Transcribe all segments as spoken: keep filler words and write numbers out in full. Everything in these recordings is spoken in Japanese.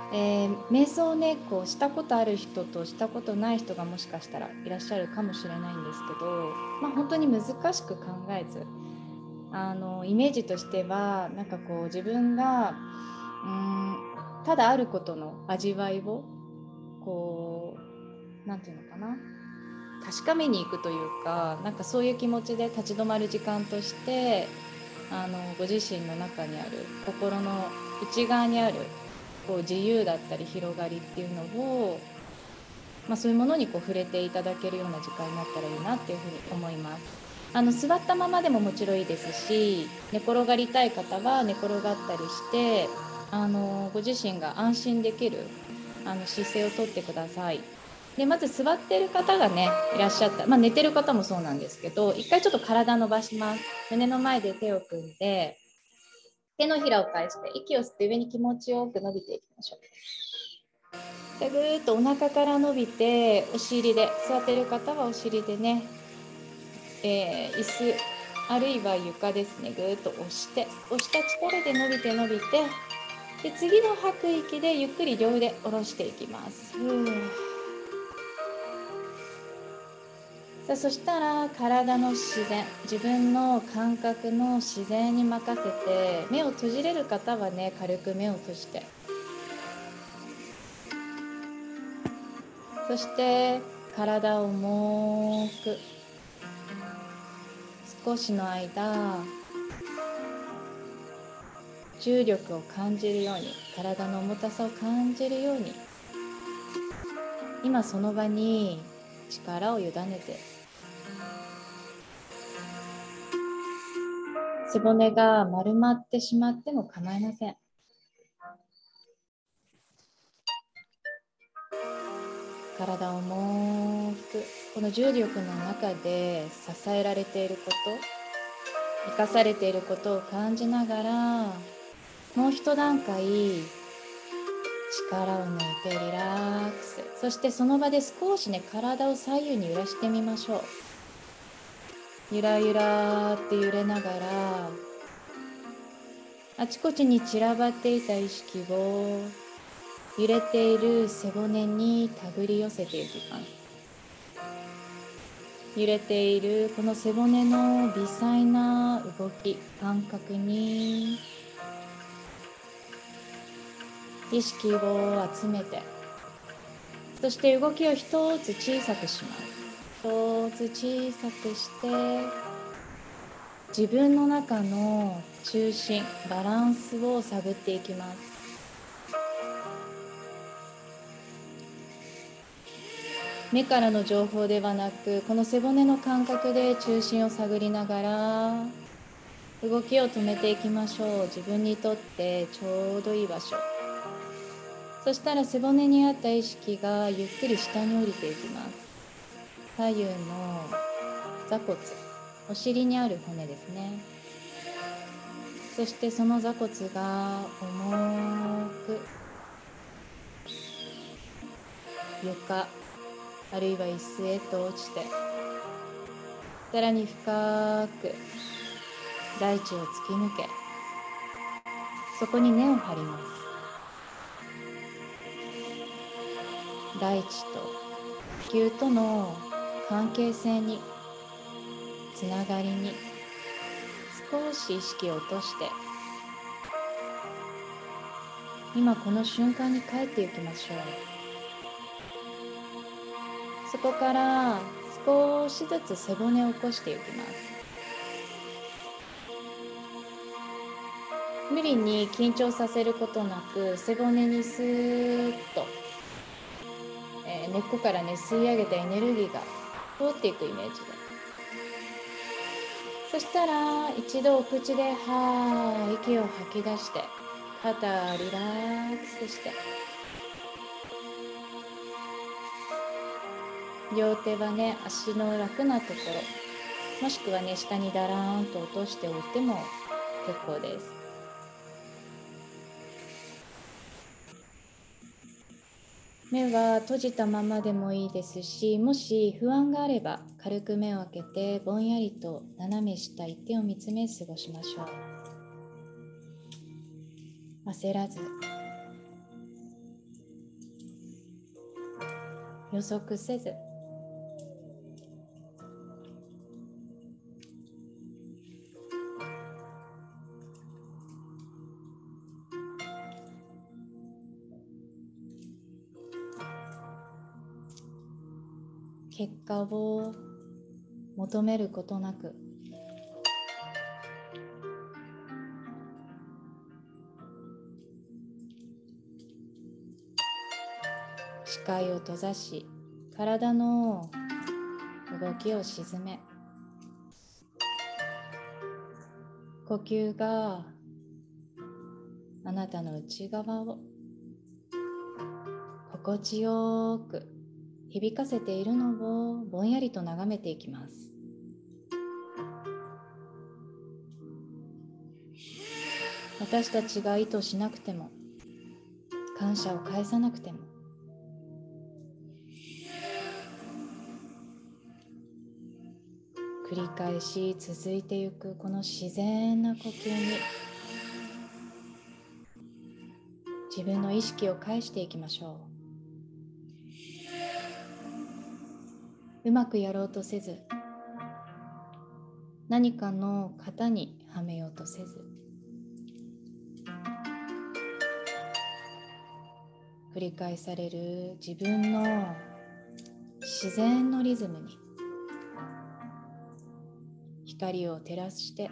えー、瞑想をねこうしたことある人としたことない人がもしかしたらいらっしゃるかもしれないんですけど、まあ、本当に難しく考えず、あのイメージとしてはなんかこう自分がうーんただあることの味わいをこうなんていうのかな、確かめに行くというか、なんかそういう気持ちで立ち止まる時間として、あのご自身の中にある心の内側にあるこう自由だったり広がりっていうのを、まあ、そういうものにこう触れていただけるような時間になったらいいなっていうふうに思います。あの座ったままでももちろんいいですし、寝転がりたい方は寝転がったりして、あのご自身が安心できるあの姿勢をとってください。でまず座ってる方がねいらっしゃった、まあ、寝てる方もそうなんですけど、一回ちょっと体伸ばします。胸の前で手を組んで、手のひらを返して息を吸って上に気持ちよく伸びていきましょう。でぐーっとお腹から伸びて、お尻で、座ってる方はお尻でね、えー、椅子あるいは床ですね、ぐーっと押して押した力で伸びて伸びて、で次の吐く息でゆっくり両腕下ろしていきます。ふー。さあそしたら体の自然、自分の感覚の自然に任せて、目を閉じれる方はね軽く目を閉じて、そして体を重く少しの間重力を感じるように、体の重たさを感じるように、今その場に力を委ねて、背骨が丸まってしまっても構いません。体を重くこの重力の中で支えられていること、生かされていることを感じながら、もう一段階力を抜いてリラックス。そしてその場で少しね体を左右に揺らしてみましょう。ゆらゆらって揺れながら、あちこちに散らばっていた意識を揺れている背骨に手繰り寄せていきます。揺れているこの背骨の微細な動き、感覚に意識を集めて、そして動きを一つ小さくします。一つ小さくして、自分の中の中心、バランスを探っていきます。目からの情報ではなく、この背骨の感覚で中心を探りながら動きを止めていきましょう。自分にとってちょうどいい場所。そしたら背骨にあった意識がゆっくり下に降りていきます。左右の座骨、お尻にある骨ですね。そしてその座骨が重く床あるいは椅子へと落ちて、さらに深く大地を突き抜け、そこに根を張ります。大地と地球との関係性に、つながりに少し意識を落として、今この瞬間に帰っていきましょう。そこから少しずつ背骨を起こしていきます。無理に緊張させることなく、背骨にスーッと、えー、根っこからね吸い上げたエネルギーが通っていくイメージで、そしたら一度お口ではー息を吐き出して、肩リラックスして、両手はね足の楽なところ、もしくはね下にだらーんと落としておいても結構です。目は閉じたままでもいいですし、もし不安があれば軽く目を開けてぼんやりと斜め下一点を見つめ過ごしましょう。焦らず予測せず、結果を求めることなく、視界を閉ざし、体の動きを沈め、呼吸があなたの内側を心地よく響かせているのをぼんやりと眺めていきます。私たちが意図しなくても、感謝を返さなくても、繰り返し続いていくこの自然な呼吸に自分の意識を返していきましょう。うまくやろうとせず、何かの型にはめようとせず、繰り返される自分の自然のリズムに光を照らして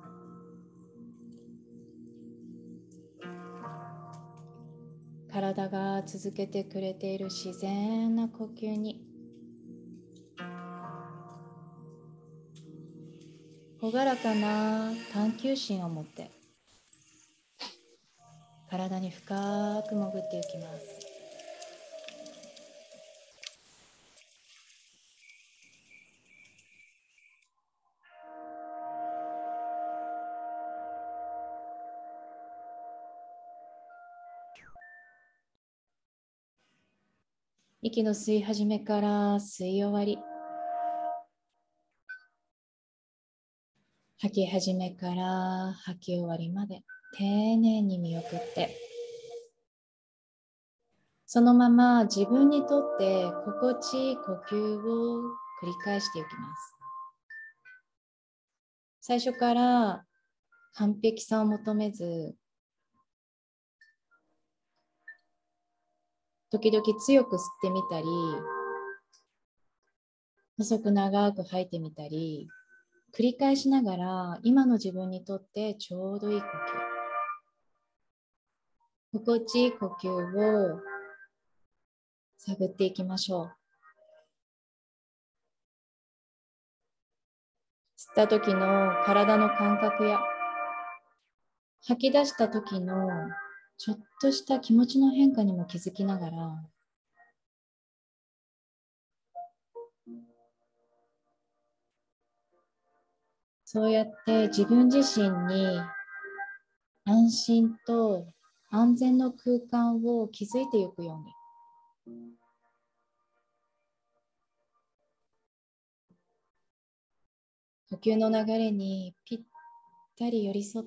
体が続けてくれている自然な呼吸に朗らかな探求心を持って体に深く潜っていきます。息の吸い始めから吸い終わり、吐き始めから吐き終わりまで丁寧に見送って、そのまま自分にとって心地いい呼吸を繰り返していきます。最初から完璧さを求めず、時々強く吸ってみたり、細く長く吐いてみたり、繰り返しながら今の自分にとってちょうどいい呼吸、心地いい呼吸を探っていきましょう。吸った時の体の感覚や吐き出した時のちょっとした気持ちの変化にも気づきながら、そうやって自分自身に安心と安全の空間を築いていくように、呼吸の流れにぴったり寄り添って、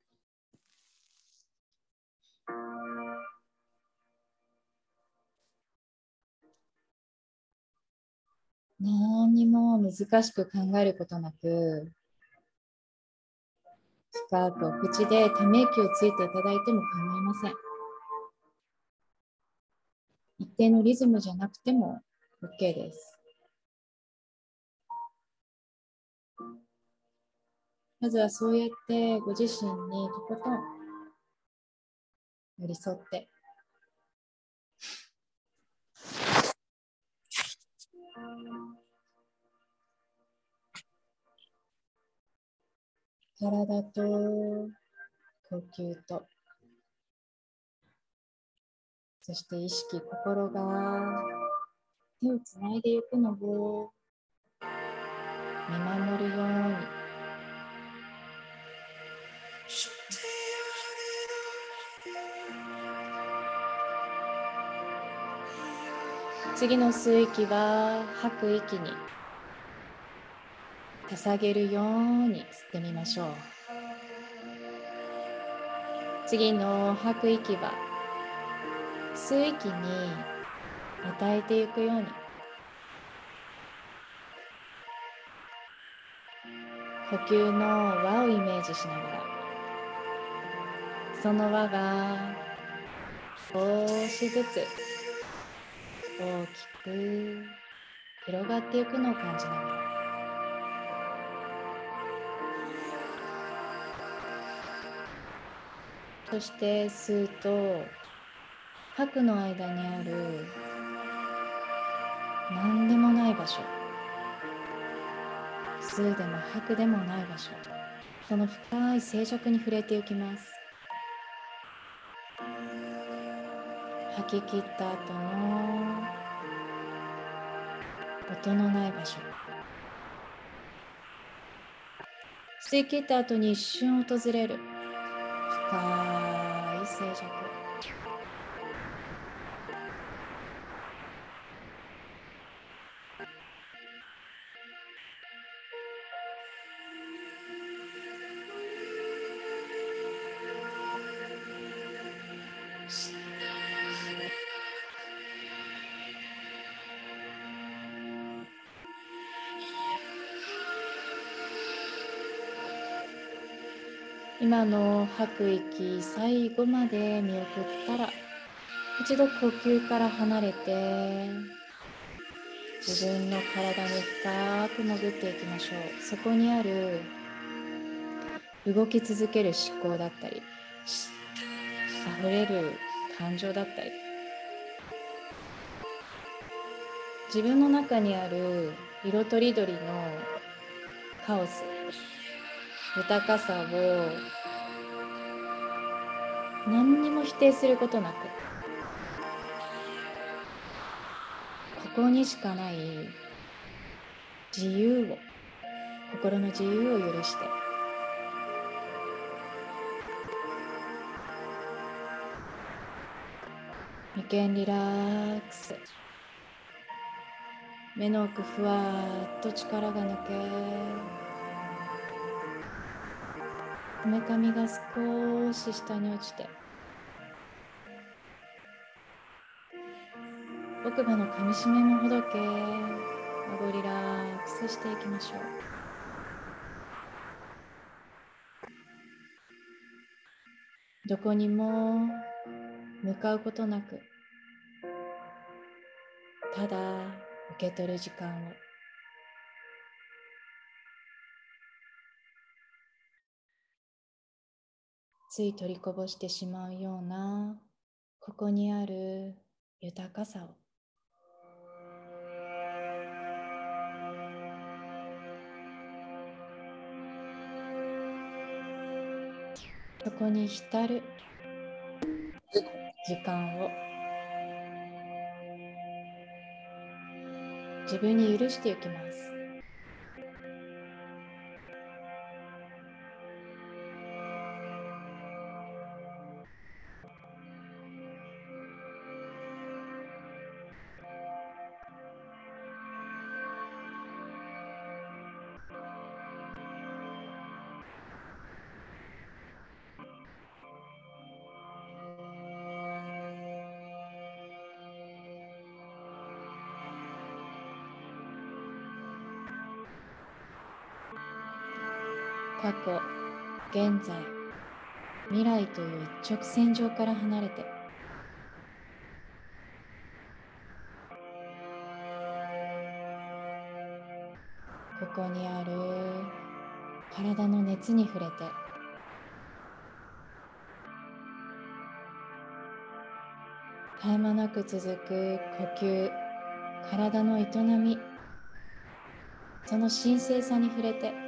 何にも難しく考えることなく、深くお口でため息をついていただいても構いません。一定のリズムじゃなくても OK です。まずはそうやってご自身にとことん寄り添って、体と呼吸と、そして意識、心が手をつないでいくのを見守るように、次の吸う息は吐く息に捧げるように吸ってみましょう。次の吐く息は吸う息に与えていくように、呼吸の輪をイメージしながら、その輪が少しずつ大きく広がっていくのを感じながら、そして吸うと吐くの間にある何でもない場所、吸うでも吐くでもない場所、その深い静寂に触れていきます。吐き切った後の音のない場所、吸い切った後に一瞬訪れる深い静寂。今の吐く息最後まで見送ったら、一度呼吸から離れて自分の体に深く潜っていきましょう。そこにある動き続ける思考だったり、溢れる感情だったり、自分の中にある色とりどりのカオス、豊かさを何にも否定することなく、ここにしかない自由を、心の自由を許して、眉間リラックス、目の奥ふわっと力が抜け、こめかみが少し下に落ちて、奥歯の噛みしめもほどけ、顎リラックスしていきましょう。どこにも向かうことなく、ただ受け取る時間を。つい取りこぼしてしまうような、ここにある豊かさを。そこに浸る時間を自分に許していきます。過去、現在、未来という一直線上から離れて、ここにある体の熱に触れて、絶え間なく続く呼吸、体の営み、その神聖さに触れて、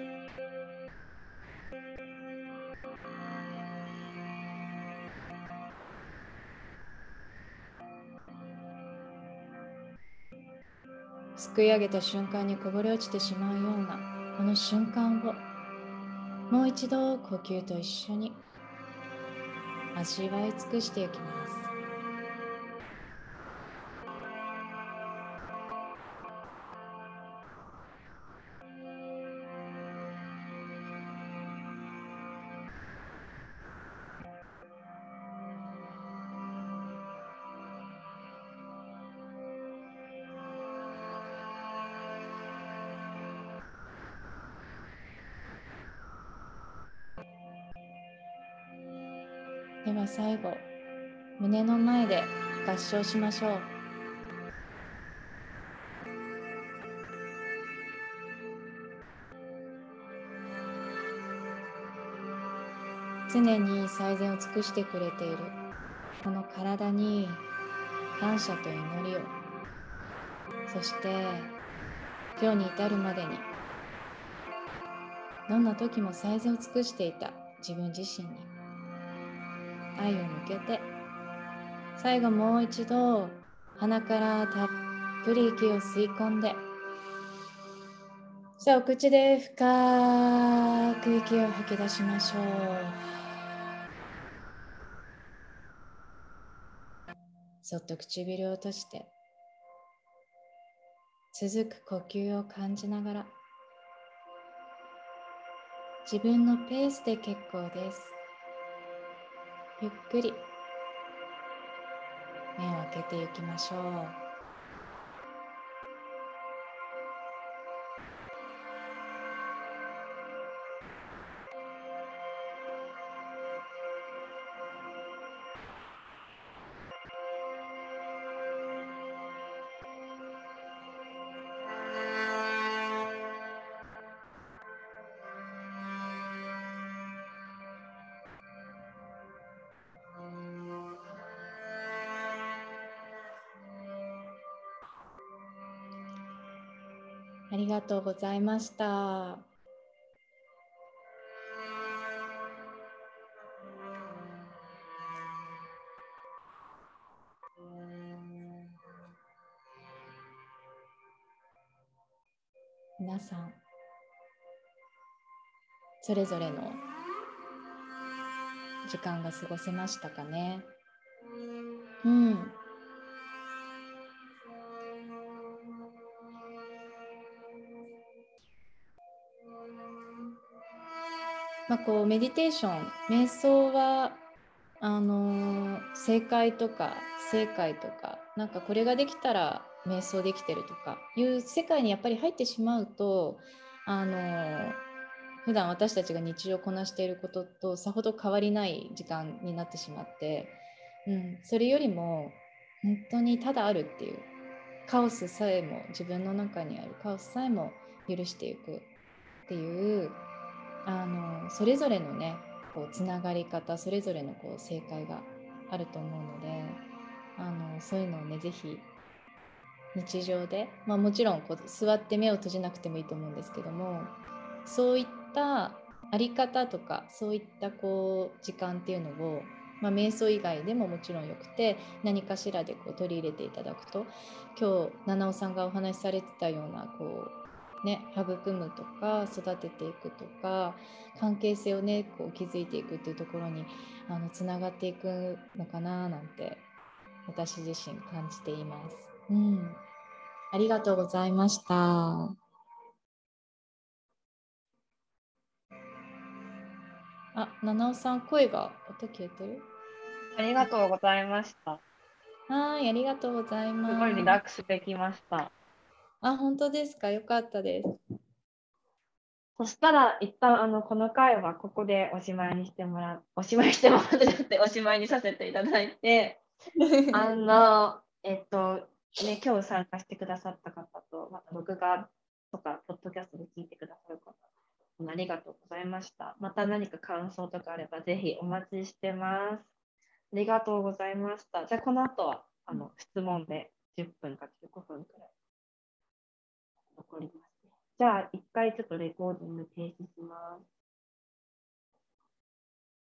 すくい上げた瞬間にこぼれ落ちてしまうようなこの瞬間を、もう一度呼吸と一緒に味わい尽くしていきます。 では最後、胸の前で合唱しましょう。常に最善を尽くしてくれているこの体に感謝と祈りを、そして今日に至るまでにどんな時も最善を尽くしていた自分自身に愛を向けて、最後もう一度鼻からたっぷり息を吸い込んで、さあお口で深く息を吐き出しましょう。そっと唇を閉じて続く呼吸を感じながら、自分のペースで結構です。ゆっくり目を開けていきましょう。ありがとうございました。皆さん、それぞれの時間が過ごせましたかね。うん。まあ、こうメディテーション、瞑想はあのー正解とか正解とか、なんかこれができたら瞑想できてるとかいう世界にやっぱり入ってしまうと、あのー普段私たちが日常こなしていることとさほど変わりない時間になってしまって、うん、それよりも本当にただあるっていうカオスさえも、自分の中にあるカオスさえも許していくっていう、あのそれぞれのねこうつながり方、それぞれのこう正解があると思うので、あのそういうのをねぜひ日常で、まあ、もちろんこう座って目を閉じなくてもいいと思うんですけども、そういったあり方とかそういったこう時間っていうのを、まあ、瞑想以外でももちろんよくて、何かしらでこう取り入れていただくと、今日七尾さんがお話しされてたようなこうね、育むとか育てていくとか関係性をねこう築いていくっていうところにあのつながっていくのかななんて私自身感じています。うん、ありがとうございました。あ、七尾さん声が音消えてる？ ありがとうございました。 はい、ありがとうございすごいます。 リラックスできました。 あ、本当ですか？よかったです。 そしたら、一旦あのこの回はここでおしまいにしてもらおしまいしてもらってじゃなくておしまいにさせていただいて、あの、えっと、ね、今日参加してくださった方と、また録画とか、ポッドキャストで聞いてくださる方、ありがとうございました。また何か感想とかあれば、ぜひお待ちしてます。ありがとうございました。じゃあ、この後はあの質問でじゅっぷんかじゅうごふんくらい残りますね。じゃあ、一回ちょっとレコーディング停止します。